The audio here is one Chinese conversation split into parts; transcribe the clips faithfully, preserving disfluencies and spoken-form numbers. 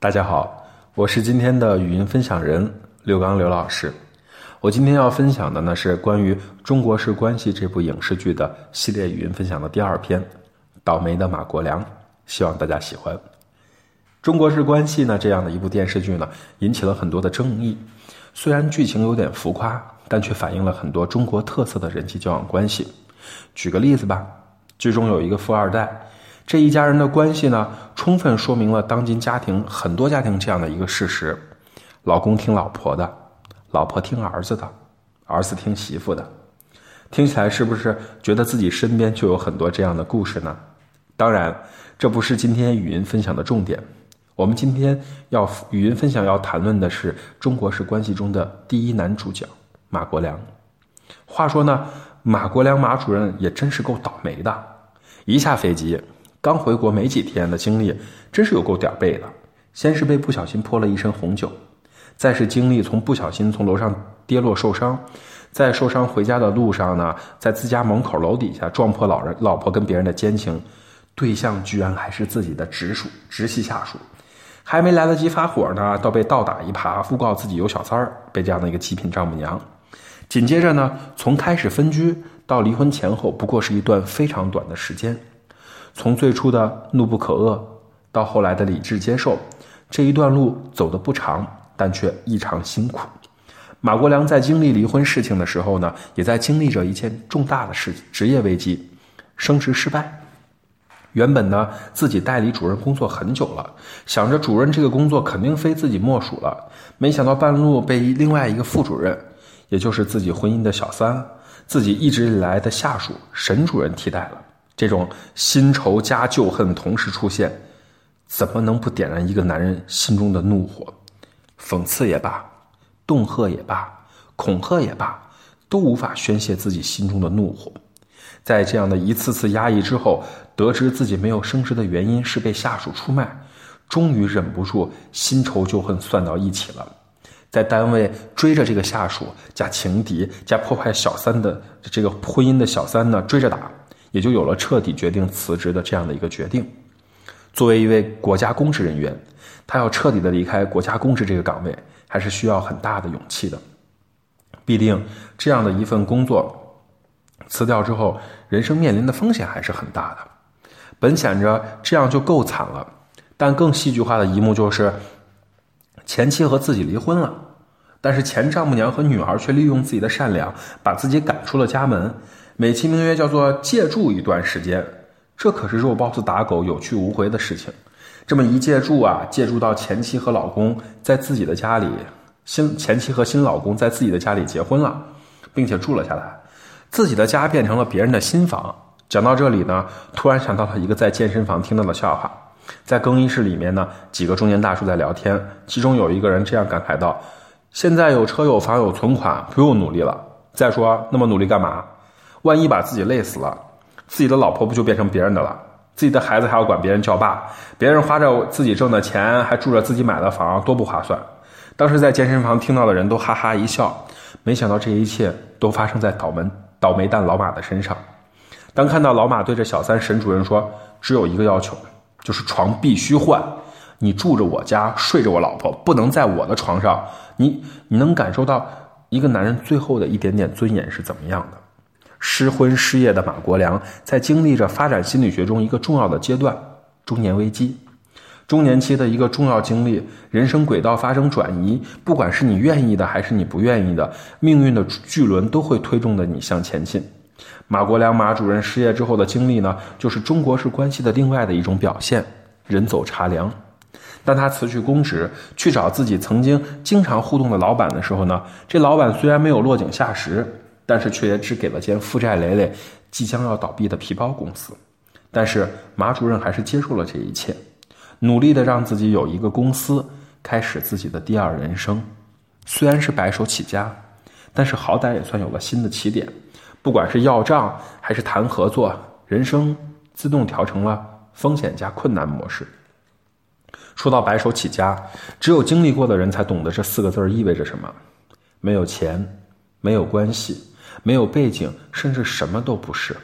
大家好，我是今天的语音分享人刘刚刘老师。我今天要分享的呢是关于《中国式关系》这部影视剧的系列语音分享的第二篇，倒霉的马国良，希望大家喜欢。《中国式关系》呢这样的一部电视剧呢，引起了很多的争议。虽然剧情有点浮夸，但却反映了很多中国特色的人际交往关系。举个例子吧，剧中有一个富二代，这一家人的关系呢，充分说明了当今家庭很多家庭这样的一个事实：老公听老婆的，老婆听儿子的，儿子听媳妇的。听起来是不是觉得自己身边就有很多这样的故事呢？当然，这不是今天语音分享的重点。我们今天要语音分享要谈论的是中国式关系中的第一男主角马国良。话说呢，马国良马主任也真是够倒霉的。一下飞机刚回国没几天的经历，真是有够点儿背的。先是被不小心泼了一身红酒，再是经历从不小心从楼上跌落受伤，在受伤回家的路上呢，在自家门口楼底下撞破老人老婆跟别人的奸情，对象居然还是自己的直属直系下属，还没来得及发火呢，倒被倒打一耙，诬告自己有小三儿，被这样的一个极品丈母娘。紧接着呢，从开始分居到离婚前后，不过是一段非常短的时间。从最初的怒不可遏到后来的理智接受，这一段路走得不长，但却异常辛苦。马国良在经历离婚事情的时候呢，也在经历着一件重大的事职业危机，升职失败。原本呢，自己代理主任工作很久了，想着主任这个工作肯定非自己莫属了，没想到半路被另外一个副主任，也就是自己婚姻的小三，自己一直以来的下属沈主任替代了。这种新仇加旧恨同时出现，怎么能不点燃一个男人心中的怒火？讽刺也罢，恫吓也罢，恐吓也罢，都无法宣泄自己心中的怒火。在这样的一次次压抑之后，得知自己没有升职的原因是被下属出卖，终于忍不住新仇旧恨算到一起了。在单位追着这个下属加情敌加破坏小三的这个婚姻的小三呢追着打，也就有了彻底决定辞职的这样的一个决定。作为一位国家公职人员，他要彻底的离开国家公职这个岗位，还是需要很大的勇气的。必定这样的一份工作辞掉之后，人生面临的风险还是很大的。本想着这样就够惨了，但更戏剧化的一幕就是前妻和自己离婚了，但是前丈母娘和女儿却利用自己的善良把自己赶出了家门，美其名曰叫做借住一段时间。这可是肉包子打狗有去无回的事情。这么一借住啊，借住到前妻和老公在自己的家里，新前妻和新老公在自己的家里结婚了，并且住了下来，自己的家变成了别人的新房。讲到这里呢，突然想到了一个在健身房听到的笑话。在更衣室里面呢，几个中年大叔在聊天，其中有一个人这样感慨道：现在有车有房有存款，不用努力了，再说那么努力干嘛？万一把自己累死了，自己的老婆不就变成别人的了？自己的孩子还要管别人叫爸，别人花着自己挣的钱还住着自己买的房，多不划算。当时在健身房听到的人都哈哈一笑，没想到这一切都发生在倒霉倒霉蛋老马的身上。当看到老马对着小三沈主任说，只有一个要求，就是床必须换，你住着我家，睡着我老婆，不能在我的床上，你你能感受到一个男人最后的一点点尊严是怎么样的。失婚失业的马国良在经历着发展心理学中一个重要的阶段，中年危机。中年期的一个重要经历，人生轨道发生转移，不管是你愿意的还是你不愿意的，命运的巨轮都会推动着你向前进。马国良马主任失业之后的经历呢，就是中国式关系的另外的一种表现，人走茶凉。当他辞去公职去找自己曾经经常互动的老板的时候呢，这老板虽然没有落井下石，但是却也只给了间负债累累即将要倒闭的皮包公司。但是马主任还是接受了这一切，努力的让自己有一个公司，开始自己的第二人生。虽然是白手起家，但是好歹也算有了新的起点。不管是要账还是谈合作，人生自动调成了风险加困难模式。说到白手起家，只有经历过的人才懂得这四个字意味着什么。没有钱，没有关系，没有背景，甚至什么都不是，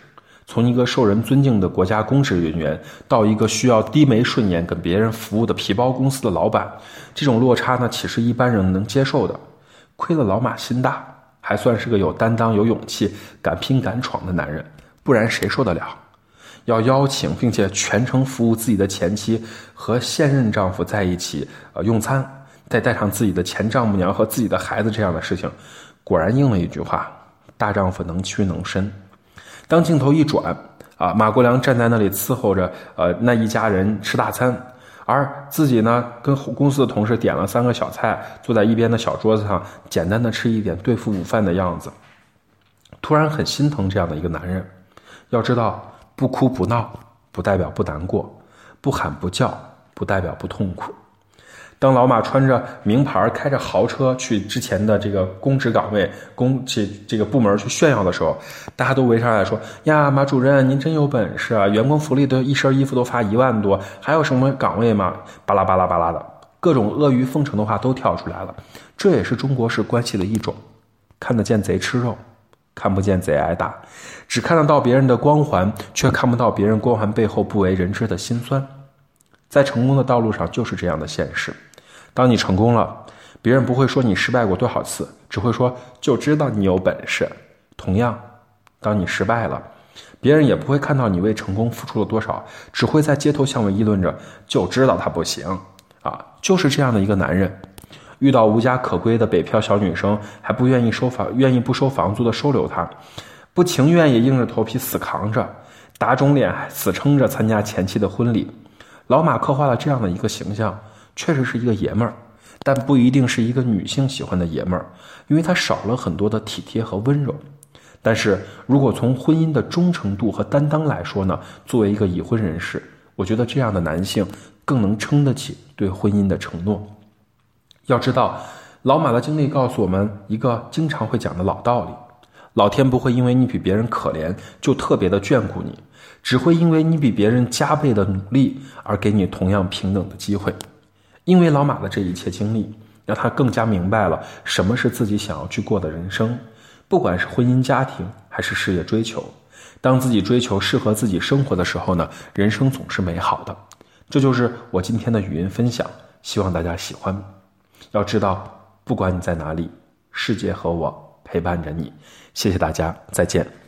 从一个受人尊敬的国家公职人员到一个需要低眉顺眼跟别人服务的皮包公司的老板，这种落差呢，岂是一般人能接受的？亏了老马心大，还算是个有担当、有勇气、敢拼敢闯的男人，不然谁受得了？要邀请并且全程服务自己的前妻和现任丈夫在一起呃用餐，再带上自己的前丈母娘和自己的孩子，这样的事情，果然应了一句话：大丈夫能屈能伸。当镜头一转啊，马国良站在那里伺候着呃那一家人吃大餐，而自己呢跟公司的同事点了三个小菜，坐在一边的小桌子上简单的吃一点对付午饭的样子。突然很心疼这样的一个男人。要知道，不哭不闹不代表不难过，不喊不叫不代表不痛苦。当老马穿着名牌开着豪车去之前的这个公职岗位公这这个部门去炫耀的时候，大家都围上来说：呀，马主任您真有本事啊，员工福利都一身衣服都发一万多，还有什么岗位吗？巴拉巴拉巴拉的各种阿谀奉承的话都跳出来了。这也是中国式关系的一种，看得见贼吃肉，看不见贼挨打，只看得到别人的光环，却看不到别人光环背后不为人知的辛酸。在成功的道路上就是这样的现实。当你成功了，别人不会说你失败过多少次，只会说就知道你有本事。同样，当你失败了，别人也不会看到你为成功付出了多少，只会在街头巷尾议论着就知道他不行啊。就是这样的一个男人，遇到无家可归的北漂小女生，还不愿意收房愿意不收房租的收留她，不情愿也硬着头皮死扛着，打肿脸死撑着参加前妻的婚礼。老马刻画了这样的一个形象，确实是一个爷们儿，但不一定是一个女性喜欢的爷们儿，因为他少了很多的体贴和温柔。但是如果从婚姻的忠诚度和担当来说呢，作为一个已婚人士，我觉得这样的男性更能撑得起对婚姻的承诺。要知道，老马的经历告诉我们一个经常会讲的老道理：老天不会因为你比别人可怜就特别的眷顾你，只会因为你比别人加倍的努力而给你同样平等的机会。因为老马的这一切经历，让他更加明白了什么是自己想要去过的人生，不管是婚姻家庭还是事业追求。当自己追求适合自己生活的时候呢，人生总是美好的。这就是我今天的语音分享，希望大家喜欢。要知道，不管你在哪里，世界和我陪伴着你。谢谢大家，再见。